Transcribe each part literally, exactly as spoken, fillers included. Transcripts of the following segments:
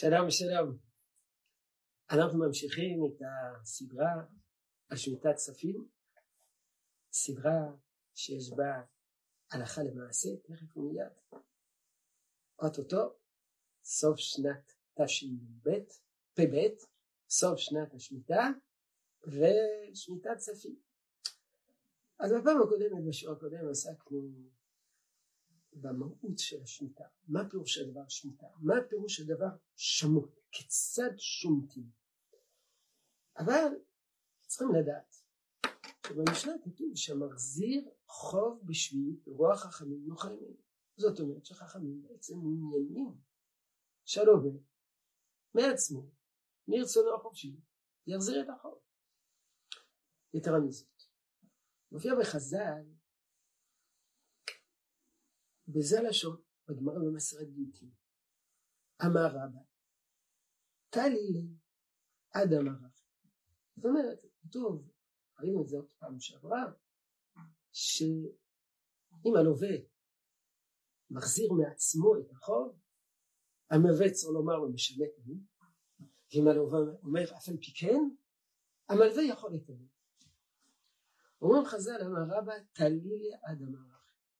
שלום שלום, אנחנו ממשיכים את הסדרה על שמיטת כספים, סדרה שיש בה הלכה למעשה, תכף ומיד. אוטוטו סוף שנת תשפ"ב, פ"ב, סוף שנת השמיטה ושמיטת כספים. אז בפעם הקודמת, בשיעור הקודם, עסקנו במהות של השמיטה. מה פירוש הדבר שמיטה? מה פירוש הדבר שמות? כיצד שומטים? אבל צריכים לדעת שבמשנה כתוב שמחזיר חוב בשביעית רוח חכמים לא חייבים. זאת אומרת שחכמים בעצם מעוניינים שהלווה מעצמו מרצונו החופשי יחזיר את החוב. יתרה מזאת, מופיע בחז"ל בזה לשון בגמרא במסכת גיטין, אמר רבא תלי עד אמר. זאת אומרת, טוב, ראינו את זה עוד פעם שעברה, שאם הלווה מחזיר מעצמו את החוב, המלווה צריך לומר לו משמט אני, ואם הלווה אומר אף על פי כן, המלווה יכול לתבוע. אומרים חז"ל, אמר רבא תלי עד אמר.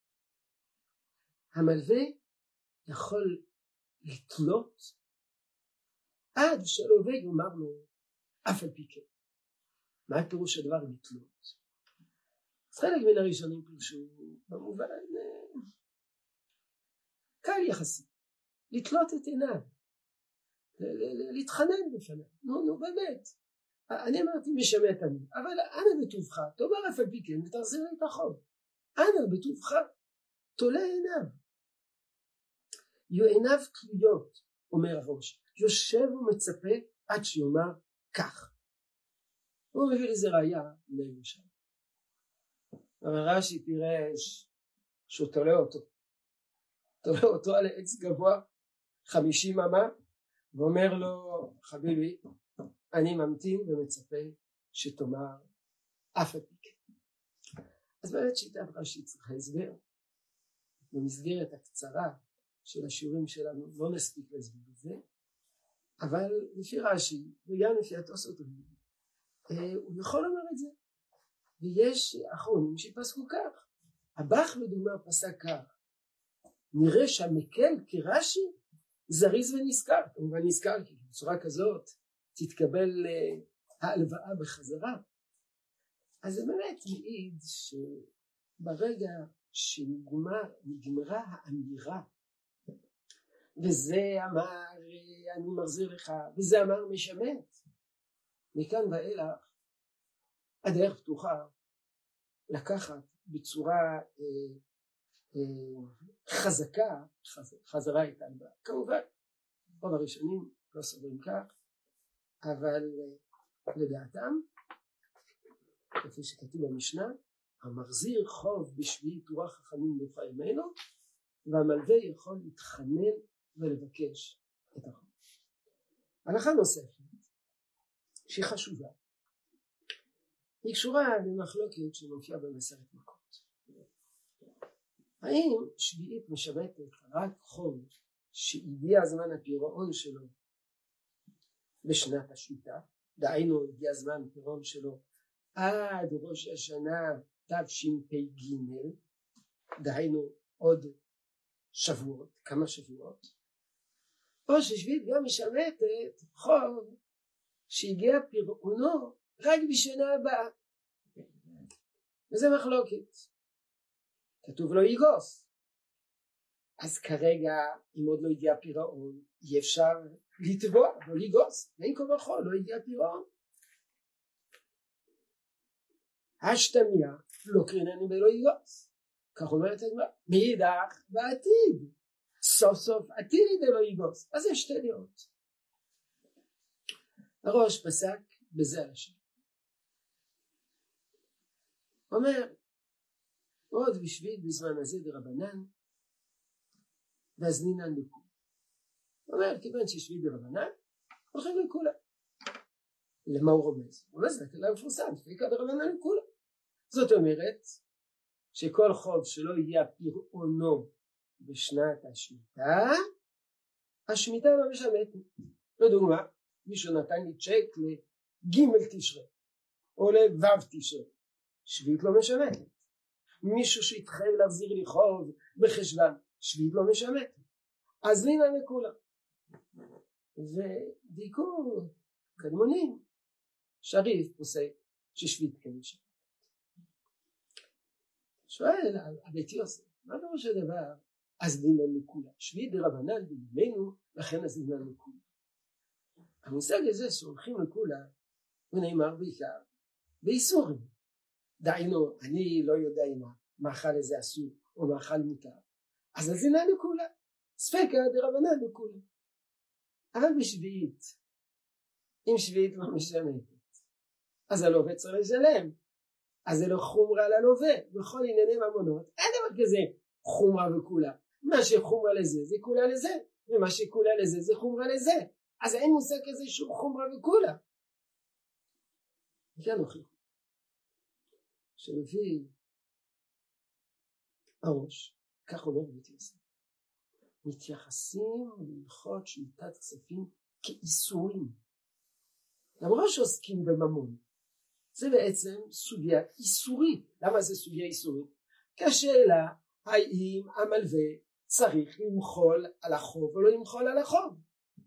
המלווה יכול לתלות עד שהלווה יאמר לו אף על פי כן. מה הפירוש הדבר לתלות? אז חלק מן הראשונים פירשו במובן קל יחסי, לתלות את עיניו, להתחנן בפניו. נו נו באמת, אני אמרתי משמט אני, אבל אנא בטובך תאמר אף על פי כן ותחזיר את החוב. אנא בטובך, תולה עיניו. יהיו עיניו תלויות, אומר הראש, יושב ומצפה עד שיאמר כך. הוא מביא לזה ראיה לירושם. אבל רש"י פירש שהוא תולה אותו, תולה אותו על עץ גבוה חמישים אמה, ואומר לו חביבי אני ממתין ומצפה שתאמר אף על פי כן. אז באמת שיטת רש"י צריכה הסבר. במסגרת הקצרה של השיעורים שלנו לא נספיק להסביר את זה, אבל לפי רש"י וגם לפי התוספות הוא יכול לומר את זה. ויש אחרונים שפסקו כך. הבח לדוגמה פסק כך, נראה שהמקל כרש"י זריז ונזכר, כמובן נזכר כי בצורה כזאת תתקבל ההלוואה בחזרה. אז זה באמת מעיד שברגע שנגמרה האמירה וזה אמר אני מחזיר לך וזה אמר משמט, מכאן ואילך הדרך פתוחה לקחת בצורה אה, אה, חזקה חז, חזרה את ההלוואה. כמובן רוב הראשונים לא סוברים כך, אבל אה, לדעתם כפי שכתוב במשנה, המחזיר חוב בשביעית רוח חכמים לא חייבים, והמלווה יכול להתחנן ולבקש את החוב. הלכה נוספת שהיא חשובה, היא קשורה למחלוקת שמופיעה במסכת מכות. האם שביעית משמטת רק חוב שהגיע זמן הפירעון שלו בשנת השמיטה, דהיינו הגיע זמן הפירעון שלו עד ראש השנה תשפ"ג, דהיינו עוד שבועות, כמה שבועות, או ששביעית גם משמטת חוב שהגיע פירעונו רק בשנה הבאה. וזה מחלוקת. כתוב לא יגוס. אז כרגע אם עוד לא הגיע פירעון אי אפשר לתבוע, לא לגוס, אין כל וכל, לא הגיע פירעון. השתמיה לא קרינני ולא יגוס, כך אומרת הגמרא. מאידך בעתיד סוף סוף עתיד ולא יגוס. אז יש שתי דעות. הראש פסק בזה הלשון, אומר עוד בשביל בזמן הזה דרבנן ואזנינן לכולם. אומר כיוון ששביל דרבנן הולכים לכולם. למה הוא רומז? הוא רומז לכלל מפורסם פיקה דרבנן לכולם. זאת אומרת שכל חוב שלא יהיה פירעונו בשנת השמיטה השמיטה לא משמטת. לדוגמה, מישהו נתן לי צ'ק לג' תשרי או לו' תשרי, שביעית לא משמטת. מישהו שהתחייב להחזיר לי חוב בחשבון, שביעית לא משמטת. אז לינה לכולם. ודייקו קדמונים, שריף פוסק ששביעית כן משמטת. שואל הבית יוסף, מה פירוש הדבר? אז לינה לכולם. שביעית דרבנן בימינו, לכן אז לינה לכולם. המושג הזה שהולכים לכולם, הוא נאמר בעיקר באיסורים. דהיינו, אני לא יודע אם המאכל הזה אסור או מאכל מותר, אז אז לינה לכולם. ספקא דרבנן לכולם. אבל בשביעית, אם שביעית לא משמטת, אז הלווה צריך לשלם. אז זה לא חומרה ללווה. בכל ענייני ממונות אין דבר כזה חומרה וכולה. מה שחומרה לזה זה כולה לזה, ומה שכולה לזה זה חומרה לזה. אז אין מושג כזה שהוא חומרה וכולה. וכאן הוכיחו שלפי הראש, כך אומר בית יוסף, מתייחסים להלכות שמיטת כספים כאיסורים. למרות שעוסקים בממון, זה בעצם סוגיה איסורית. למה זה סוגיה איסורית? כשאלה האם המלווה צריך למחול על החוב או לא למחול על החוב.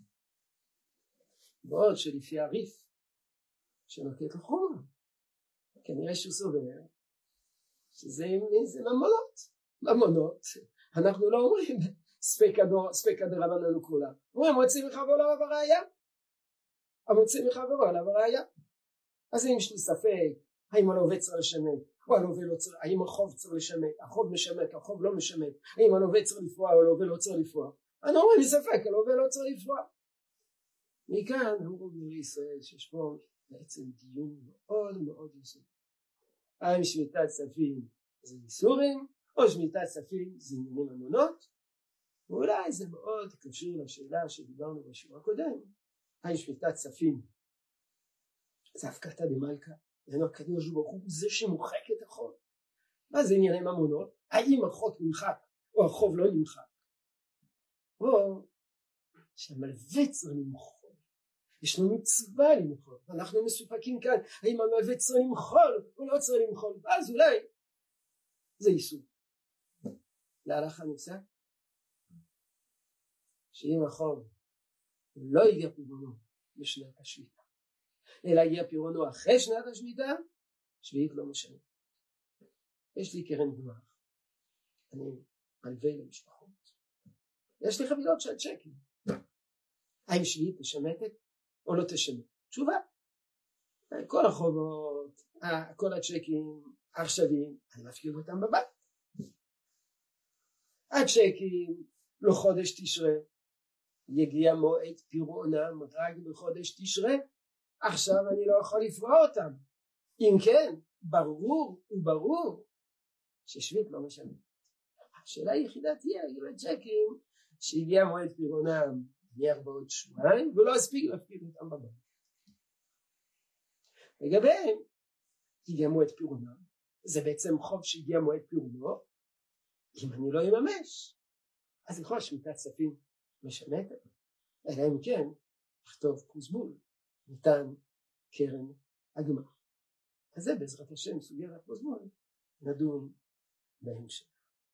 בעוד שלפי הריף שנוקט לחומרה, כנראה שהוא סובר שזה זה ממונות. ממונות אנחנו לא אומרים ספקא דרבנן לכולם, אומרים מוציא מחברו עליו הראיה. המוציא מחברו עליו הראיה. אז אם יש לי ספק האם הלווה צריך לשמט או הלווה לא צריך, האם החוב צריך לשמט, החוב משמט, החוב לא משמט, האם הלווה צריך לפרוע או הלווה לא צריך לפרוע, אני אומר לי ספק, הלווה לא צריך לפרוע. מכאן אמרו בני ישראל שיש פה בעצם דיון מאוד מאוד יסודי. האם שמיטת כספים זה איסורים או שמיטת כספים זה ענייני ממונות? ואולי זה מאוד קשור לשאלה שדיברנו בשיעור הקודם, האם שמיטת כספים זה הפקתא דמלכא, דהיינו הקדוש ברוך הוא זה שמוחק את החוב. מה זה ענייני ממונות? האם החוב נמחק או החוב לא נמחק, או שהמלווה צריך למחול, יש לנו מצווה למחול, אנחנו מסופקים כאן האם המלווה צריך למחול או לא צריך למחול, ואז אולי זה איסור. להלכה נפסק שאם החוב לא הגיע פירעונו בשנת השמיטה אלא הגיע פירעונו אחרי שנת השמיטה, שביעית לא משנה. יש לי קרן גמ"ח, אני מלווה למשפחות, יש לי חבילות של צ'קים, האם שביעית תשמטת או לא תשמט? תשובה, כל החובות, כל הצ'קים העכשוויים אני מפקיד אותם בבית. הצ'קים לא חודש תשרה, יגיע מועד פירעונם רק בחודש תשרה, עכשיו אני לא יכול לפרוע אותם. אם כן, ברור וברור ששביעית לא משנה. השאלה היחידה תהיה אם הצ'קים שהגיע מועד פירעונם נניח בעוד שבועיים ולא הספיק להפקיד אותם בבית. לגביהם הגיע מועד פירעונם, זה בעצם חוב שהגיע מועד פירעונו, אם אני לא אממש אז יכול שמיטת כספים משמטת, אלא אם כן לכתוב כוסבול ניתן קרן הגמ"ח. אז זה בעזרת השם סוגיית הכוסבול נדון בהמשך.